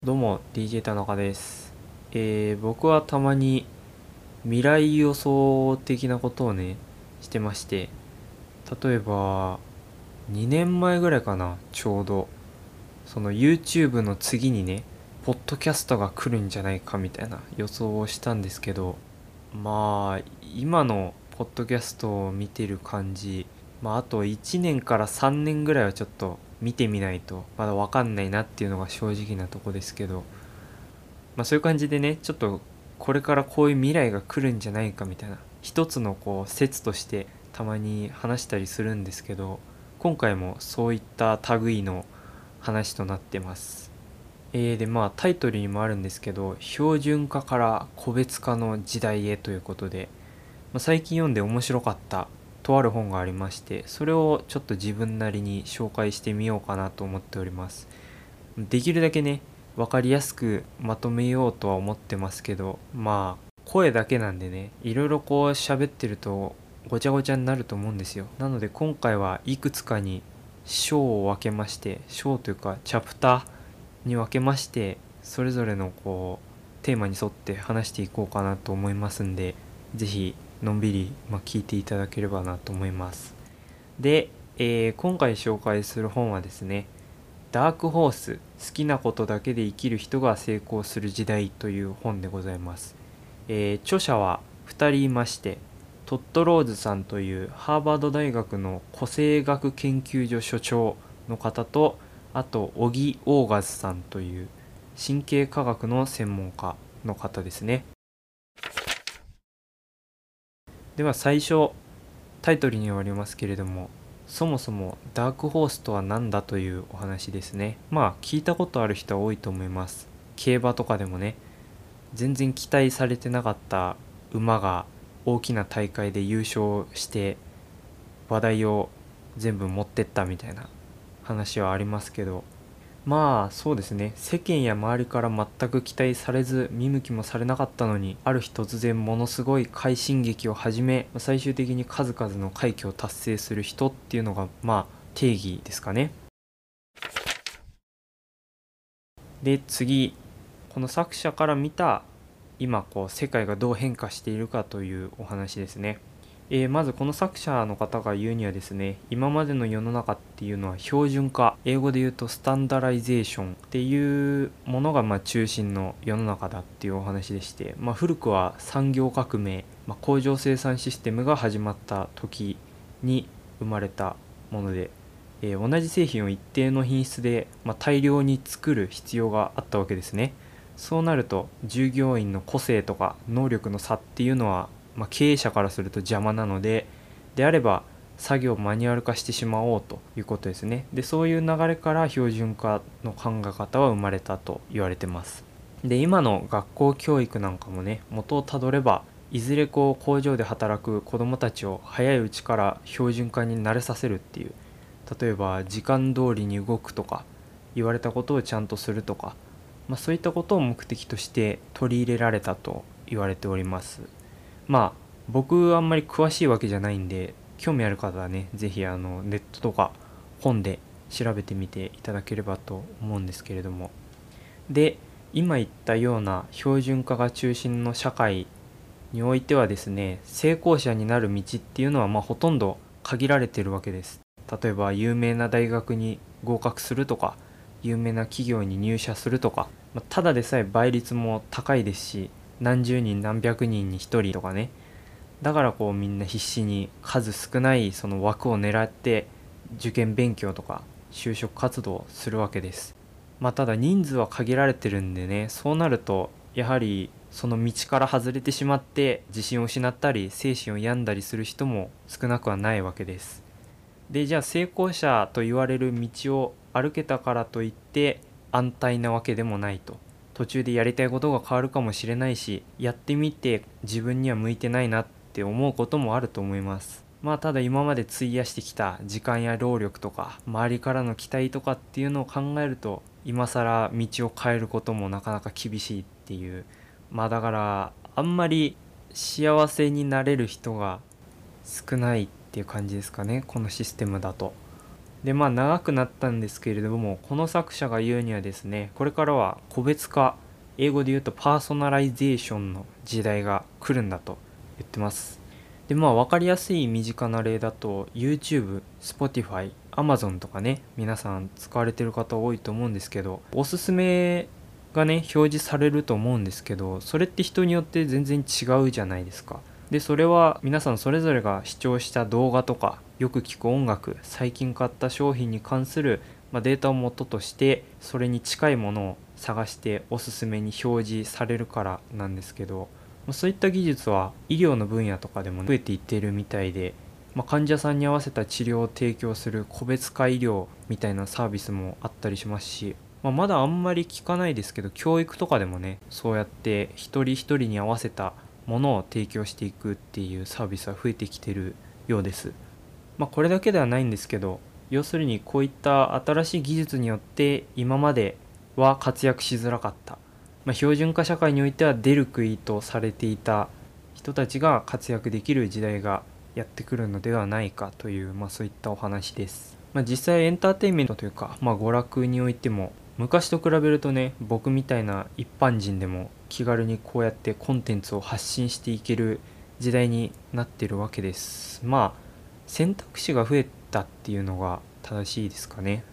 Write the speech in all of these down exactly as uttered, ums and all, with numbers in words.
どうも ディージェー 田中です。えー、僕はたまに未来予想的なことをねしてまして、例えばにねんまえぐらいかな、ちょうどその YouTube の次にねポッドキャストが来るんじゃないかみたいな予想をしたんですけど、まあ今のポッドキャストを見てる感じ、まああといちねんからさんねんぐらいはちょっと見てみないとまだ分かんないなっていうのが正直なとこですけど、まあそういう感じでね、ちょっとこれからこういう未来が来るんじゃないかみたいな一つのこう説としてたまに話したりするんですけど、今回もそういった類の話となってます。えー、でまあタイトルにもあるんですけど、標準化から個別化の時代へということで、まあ、最近読んで面白かったとある本がありまして、それをちょっと自分なりに紹介してみようかなと思っております。できるだけね分かりやすくまとめようとは思ってますけど、まあ声だけなんでね、いろいろこう喋ってるとごちゃごちゃになると思うんですよ。なので今回はいくつかに章を分けまして、章というかチャプターに分けまして、それぞれのこうテーマに沿って話していこうかなと思いますんで、ぜひのんびり、まあ、聞いていただければなと思います。で、えー今回紹介する本はですね、ダークホース、好きなことだけで生きる人が成功する時代という本でございます。えー著者はふたりいまして、トッド・ローズさんというハーバード大学の個性学研究所所長の方と、あとオギ・オーガズさんという神経科学の専門家の方ですね。では最初、タイトルにはありますけれども、そもそもダークホースとは何だというお話ですね。まあ聞いたことある人は多いと思います。競馬とかでもね、全然期待されてなかった馬が大きな大会で優勝して話題を全部持ってったみたいな話はありますけど、まあそうですね、世間や周りから全く期待されず見向きもされなかったのに、ある日突然ものすごい快進撃を始め、最終的に数々の快挙を達成する人っていうのがまあ定義ですかね。で次、この作者から見た今こう世界がどう変化しているかというお話ですね。えーまずこの作者の方が言うにはですね、今までの世の中っていうのは標準化、英語で言うとスタンダライゼーションっていうものがまあ中心の世の中だっていうお話でして、まあ、古くは産業革命、まあ、工場生産システムが始まった時に生まれたもので、えー同じ製品を一定の品質で、まあ、大量に作る必要があったわけですね。そうなると従業員の個性とか能力の差っていうのは、まあ、経営者からすると邪魔なので、であれば作業をマニュアル化してしまおうということですね。でそういう流れから標準化の考え方は生まれたと言われてます。で今の学校教育なんかもね、元をたどればいずれこう工場で働く子どもたちを早いうちから標準化に慣れさせるっていう、例えば時間通りに動くとか、言われたことをちゃんとするとか、まあ、そういったことを目的として取り入れられたと言われております。まあ僕あんまり詳しいわけじゃないんで、興味ある方はね、ぜひあのネットとか本で調べてみていただければと思うんですけれども、で今言ったような標準化が中心の社会においてはですね、成功者になる道っていうのはまあほとんど限られてるわけです。例えば有名な大学に合格するとか、有名な企業に入社するとか、まあただでさえ倍率も高いですし、何十人何百人に一人とかね。だからこうみんな必死に数少ないその枠を狙って受験勉強とか就職活動をするわけです。まあただ人数は限られてるんでね、そうなるとやはりその道から外れてしまって自信を失ったり精神を病んだりする人も少なくはないわけです。でじゃあ成功者と言われる道を歩けたからといって安泰なわけでもないと。途中でやりたいことが変わるかもしれないし、やってみて自分には向いてないなって思うこともあると思います。まあただ今まで費やしてきた時間や労力とか周りからの期待とかっていうのを考えると、今更道を変えることもなかなか厳しいっていう、まあだからあんまり幸せになれる人が少ないっていう感じですかね、このシステムだと。 でまあ長くなったんですけれども、この作者が言うにはですね、これからは個別化、英語で言うとパーソナライゼーションの時代が来るんだと言ってます。でまあ分かりやすい身近な例だと YouTube、Spotify、Amazon とかね、皆さん使われてる方多いと思うんですけど、おすすめがね表示されると思うんですけど、それって人によって全然違うじゃないですか。でそれは皆さんそれぞれが視聴した動画とかよく聞く音楽、最近買った商品に関する、まあ、データを元としてそれに近いものを探しておすすめに表示されるからなんですけど、そういった技術は医療の分野とかでも増えていっているみたいで、まあ、患者さんに合わせた治療を提供する個別化医療みたいなサービスもあったりしますし、まあ、まだあんまり聞かないですけど、教育とかでもねそうやって一人一人に合わせたものを提供していくっていうサービスは増えてきてるようです。まあこれだけではないんですけど、要するにこういった新しい技術によって今までは活躍しづらかった、まあ、標準化社会においては出る杭とされていた人たちが活躍できる時代がやってくるのではないかという、まあ、そういったお話です。まあ、実際エンターテインメントというか、まあ、娯楽においても昔と比べるとね、僕みたいな一般人でも気軽にこうやってコンテンツを発信していける時代になってるわけです。まあ選択肢が増えたっていうのが正しいですかね。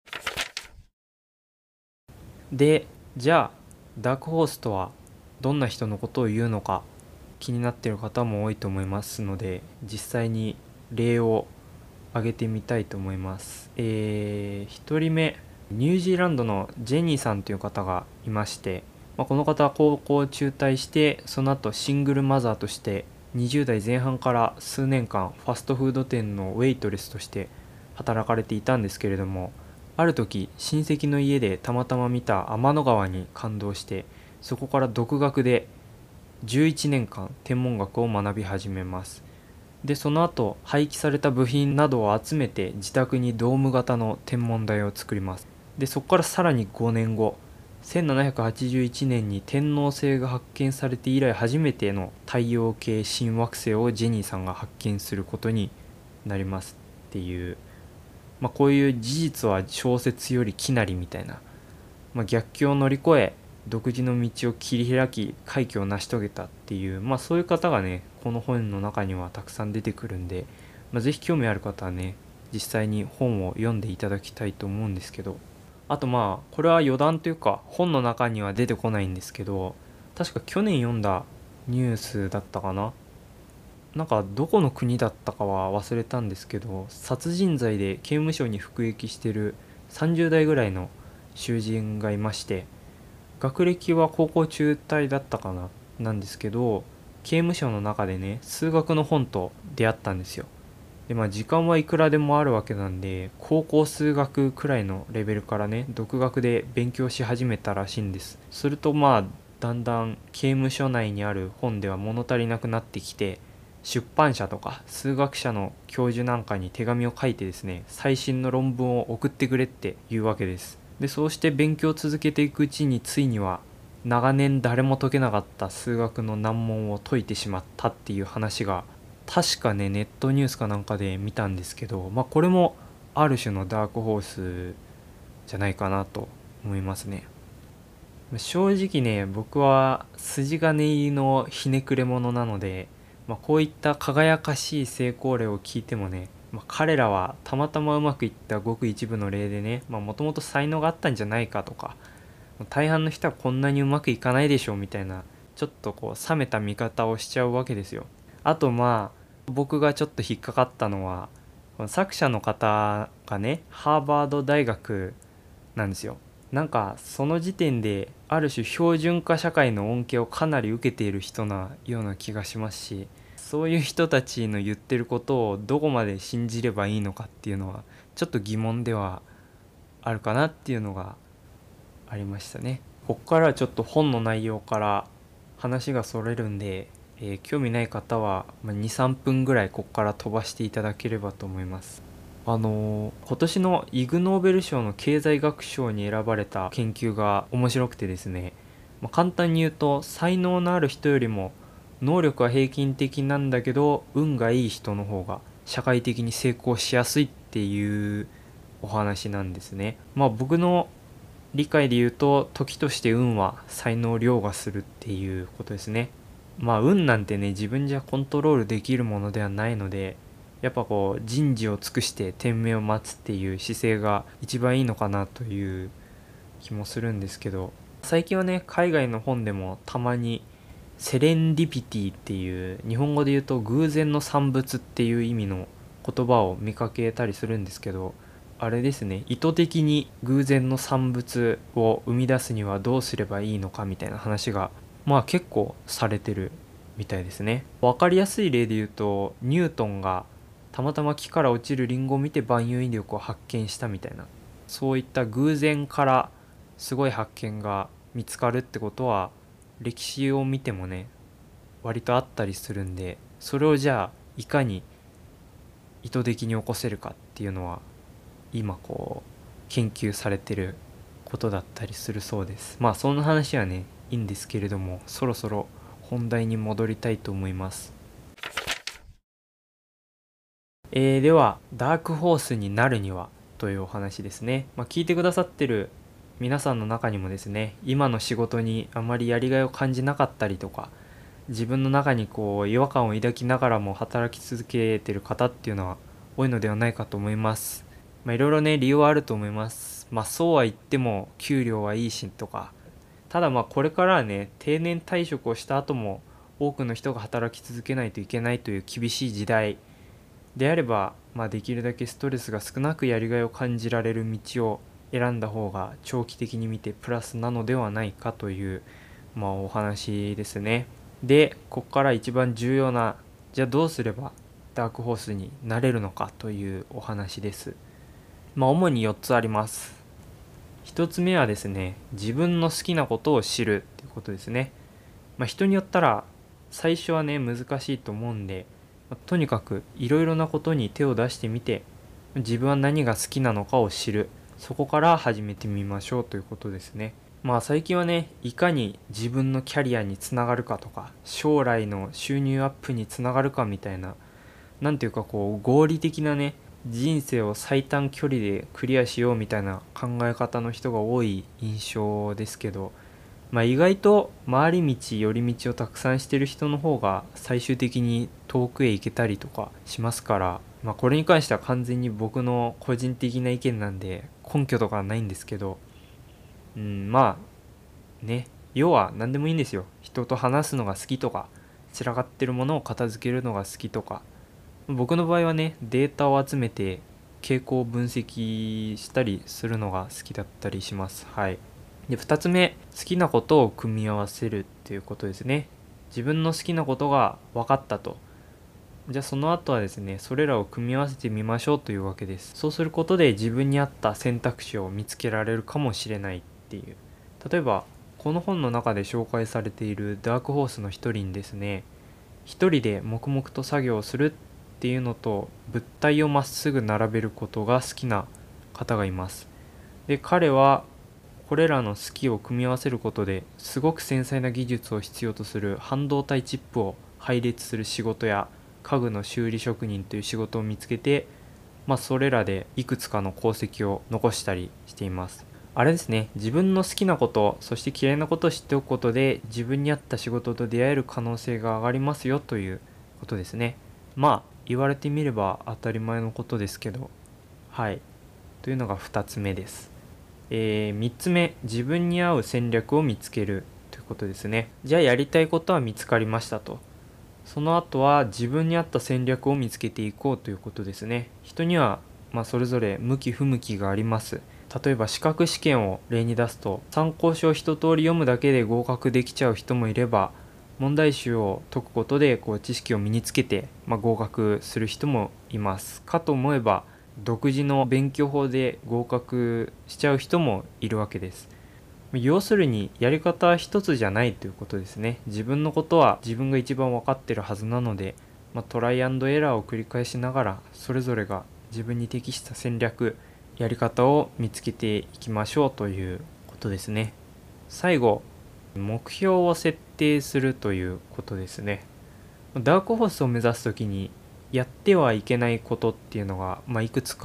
で、じゃあダークホースとはどんな人のことを言うのか気になっている方も多いと思いますので、実際に例を挙げてみたいと思います。えー、ひとりめ、ニュージーランドのジェニーさんという方がいまして、まあ、この方は高校を中退してその後シングルマザーとしてにじゅう代前半から数年間ファストフード店のウェイトレスとして働かれていたんですけれども、ある時親戚の家でたまたま見た天の川に感動して、そこから独学でじゅういちねんかん天文学を学び始めます。でその後廃棄された部品などを集めて自宅にドーム型の天文台を作ります。でそこからさらにごねんご、せんななひゃくはちじゅういちねんに天王星が発見されて以来初めての太陽系新惑星をジェニーさんが発見することになりますっていう、まあ、こういう事実は小説よりきなりみたいな、まあ、逆境を乗り越え独自の道を切り開き快挙を成し遂げたっていう、まあ、そういう方がねこの本の中にはたくさん出てくるんで、まあ、ぜひ興味ある方はね実際に本を読んでいただきたいと思うんですけど、あとまあこれは余談というか本の中には出てこないんですけど、確か去年読んだニュースだったかな、なんかどこの国だったかは忘れたんですけど、殺人罪で刑務所に服役してるさんじゅう代ぐらいの囚人がいまして、学歴は高校中退だったかななんですけど、刑務所の中でね数学の本と出会ったんですよ。でまあ時間はいくらでもあるわけなんで、高校数学くらいのレベルからね独学で勉強し始めたらしいんです。するとまあだんだん刑務所内にある本では物足りなくなってきて、出版社とか数学者の教授なんかに手紙を書いてですね、最新の論文を送ってくれっていうわけです。でそうして勉強を続けていくうちについには長年誰も解けなかった数学の難問を解いてしまったっていう話が、確かねネットニュースかなんかで見たんですけど、まあこれもある種のダークホースじゃないかなと思いますね。正直ね僕は筋金入りのひねくれ者なので、まあ、こういった輝かしい成功例を聞いてもね、まあ、彼らはたまたまうまくいったごく一部の例でね、もともと才能があったんじゃないかとか、大半の人はこんなにうまくいかないでしょうみたいな、ちょっとこう冷めた見方をしちゃうわけですよ。あとまあ僕がちょっと引っかかったのは、この作者の方がねハーバード大学なんですよ。なんかその時点である種標準化社会の恩恵をかなり受けている人なような気がしますし、そういう人たちの言ってることをどこまで信じればいいのかっていうのはちょっと疑問ではあるかなっていうのがありましたね。ここからはちょっと本の内容から話がそれるんで、えー興味ない方はに、さんぷんぐらいここから飛ばしていただければと思います。あのー今年のイグ・ノーベル賞の経済学賞に選ばれた研究が面白くてですね、まあ、簡単に言うと才能のある人よりも能力は平均的なんだけど運がいい人の方が社会的に成功しやすいっていうお話なんですね。まあ僕の理解で言うと、時として運は才能を凌駕するっていうことですね。まあ運なんてね、自分じゃコントロールできるものではないので、やっぱこう人事を尽くして天命を待つっていう姿勢が一番いいのかなという気もするんですけど、最近はね、海外の本でもたまにセレンディピティっていう、日本語で言うと偶然の産物っていう意味の言葉を見かけたりするんですけど、あれですね、意図的に偶然の産物を生み出すにはどうすればいいのかみたいな話がまあ結構されてるみたいですね。わかりやすい例で言うと、ニュートンがたまたま木から落ちるリンゴを見て万有引力を発見したみたいな、そういった偶然からすごい発見が見つかるってことは歴史を見てもね割とあったりするんで、それをじゃあいかに意図的に起こせるかっていうのは今こう研究されてることだったりするそうです。まあそんな話はねいいんですけれども、そろそろ本題に戻りたいと思います。えー、ではダークホースになるにはというお話ですね。まあ、聞いてくださってる皆さんの中にもですね、今の仕事にあまりやりがいを感じなかったりとか、自分の中にこう違和感を抱きながらも働き続けてる方っていうのは多いのではないかと思います。まあいろいろね理由はあると思います。まあそうは言っても給料はいいしとか、ただまあこれからはね定年退職をした後も多くの人が働き続けないといけないという厳しい時代であれば、まあできるだけストレスが少なくやりがいを感じられる道を選んだ方が長期的に見てプラスなのではないかというまあお話ですね。で、ここから一番重要な、じゃあどうすればダークホースになれるのかというお話です。まあ主によっつあります。ひとつめはですね、自分の好きなことを知るっていうことですね。まあ人によったら最初はね難しいと思うんで、まあとにかくいろいろなことに手を出してみて、自分は何が好きなのかを知る。そこから始めてみましょうということですね。まあ最近はね、いかに自分のキャリアにつながるかとか、将来の収入アップにつながるかみたいな、なんていうかこう合理的なね、人生を最短距離でクリアしようみたいな考え方の人が多い印象ですけど、まあ意外と回り道寄り道をたくさんしてる人の方が最終的に遠くへ行けたりとかしますから、まあこれに関しては完全に僕の個人的な意見なんで根拠とかはないんですけど、うん、まあね、要は何でもいいんですよ。人と話すのが好きとか、散らかってるものを片付けるのが好きとか、僕の場合はね、データを集めて傾向を分析したりするのが好きだったりします。はい。で、ふたつめ、好きなことを組み合わせるっていうことですね。自分の好きなことが分かったと。じゃあその後はですね、それらを組み合わせてみましょうというわけです。そうすることで自分に合った選択肢を見つけられるかもしれないっていう。例えば、この本の中で紹介されているダークホースの一人にですね、一人で黙々と作業をするっていうのと物体をまっすぐ並べることが好きな方がいます。で、彼はこれらの好きを組み合わせることですごく繊細な技術を必要とする半導体チップを配列する仕事や家具の修理職人という仕事を見つけて、まあそれらでいくつかの功績を残したりしています。あれですね、自分の好きなこと、そして嫌いなことを知っておくことで自分に合った仕事と出会える可能性が上がりますよということですね。まあ言われてみれば当たり前のことですけど、はい。というのがふたつめです。えー、みっつめ、自分に合う戦略を見つけるということですね。じゃあやりたいことは見つかりましたと。その後は自分に合った戦略を見つけていこうということですね。人にはまあそれぞれ向き不向きがあります。例えば資格試験を例に出すと、参考書を一通り読むだけで合格できちゃう人もいれば、問題集を解くことでこう知識を身につけて、まあ、合格する人もいますかと思えば、独自の勉強法で合格しちゃう人もいるわけです。要するにやり方は一つじゃないということですね。自分のことは自分が一番分かってるはずなので、まあ、トライアンドエラーを繰り返しながらそれぞれが自分に適した戦略、やり方を見つけていきましょうということですね。最後、目標を設定するということですね。ダークホースを目指すときにやってはいけないことっていうのが、まあ、いくつか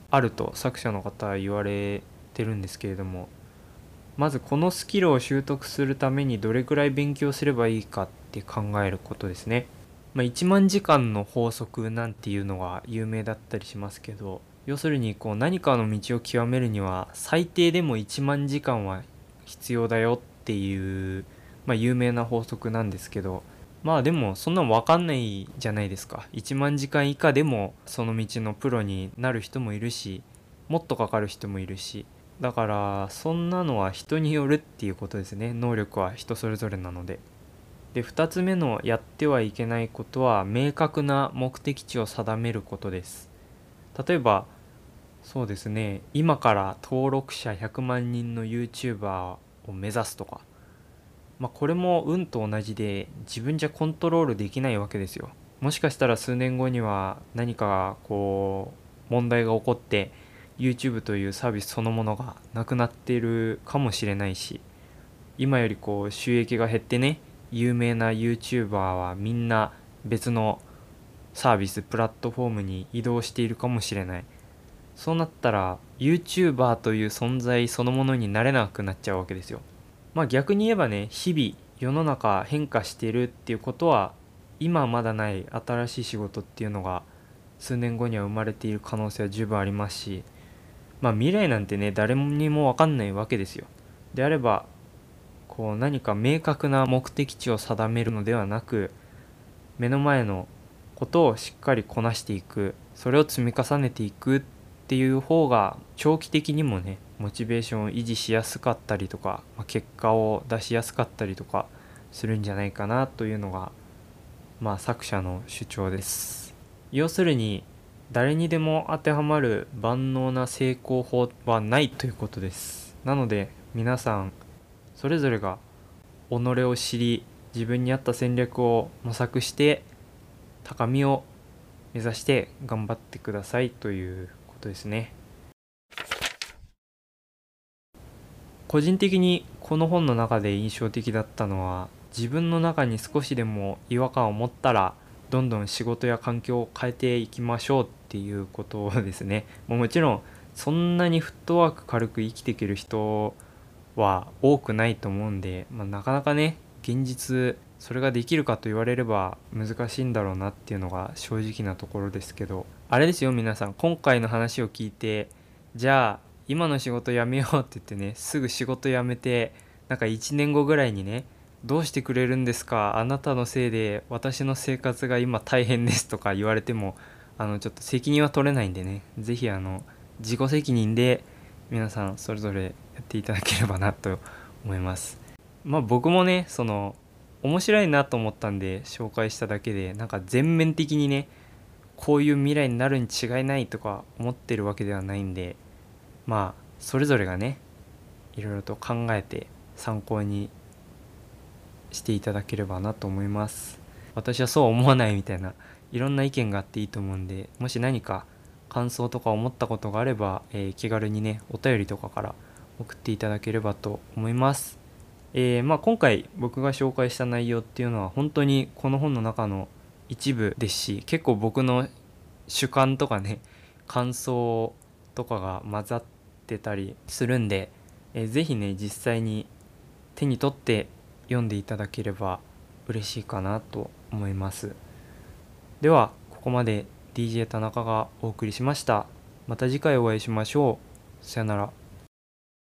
あると作者の方は言われてるんですけれども、まずこのスキルを習得するためにどれくらい勉強すればいいかって考えることですね。まあ、いちまん時間の法則なんていうのが有名だったりしますけど、要するにこう何かの道を極めるには最低でもいちまん時間は必要だよっていう、まあ、有名な法則なんですけど、まあでもそんなの分かんないじゃないですか。いちまん時間以下でもその道のプロになる人もいるし、もっとかかる人もいるし、だからそんなのは人によるっていうことですね。能力は人それぞれなので。で、ふたつめのやってはいけないことは明確な目的地を定めることです。例えばそうですね、今から登録者ひゃくまん人の YouTuber を目指すとか、まあこれも運と同じで自分じゃコントロールできないわけですよ。もしかしたら数年後には何かこう問題が起こって YouTube というサービスそのものがなくなっているかもしれないし、今よりこう収益が減ってね、有名な YouTuber はみんな別のサービスプラットフォームに移動しているかもしれない。そうなったら YouTuber という存在そのものになれなくなっちゃうわけですよ。まあ逆に言えばね、日々世の中変化しているっていうことは、今まだない新しい仕事っていうのが数年後には生まれている可能性は十分ありますし、まあ未来なんてね、誰にも分かんないわけですよ。であればこう何か明確な目的地を定めるのではなく、目の前のことをしっかりこなしていく、それを積み重ねていくっていう方が長期的にもね、モチベーションを維持しやすかったりとか、まあ、結果を出しやすかったりとかするんじゃないかなというのが、まあ、作者の主張です。要するに誰にでも当てはまる万能な成功法はないということです。なので皆さんそれぞれが己を知り、自分に合った戦略を模索して高みを目指して頑張ってくださいということですね。個人的にこの本の中で印象的だったのは、自分の中に少しでも違和感を持ったらどんどん仕事や環境を変えていきましょうっていうことですね。もちろんそんなにフットワーク軽く生きていける人は多くないと思うんで、まあ、なかなかね現実それができるかと言われれば難しいんだろうなっていうのが正直なところですけど、あれですよ皆さん、今回の話を聞いてじゃあ今の仕事辞めようって言ってね、すぐ仕事辞めてなんかいちねんごぐらいにね、どうしてくれるんですか、あなたのせいで私の生活が今大変ですとか言われても、あのちょっと責任は取れないんでね、ぜひあの自己責任で皆さんそれぞれやっていただければなと思います。まあ僕もね、その面白いなと思ったんで紹介しただけで、なんか全面的にねこういう未来になるに違いないとか思ってるわけではないんで、まあそれぞれがねいろいろと考えて参考にしていただければなと思います。私はそう思わないみたいないろんな意見があっていいと思うんで、もし何か感想とか思ったことがあれば、えー気軽にねお便りとかから送っていただければと思います。えーまあ、今回僕が紹介した内容っていうのは本当にこの本の中の一部ですし、結構僕の主観とかね感想とかが混ざってたりするんで、えーぜひね実際に手に取って読んでいただければ嬉しいかなと思います。ではここまで ディージェー 田中がお送りしました。また次回お会いしましょう。さよなら。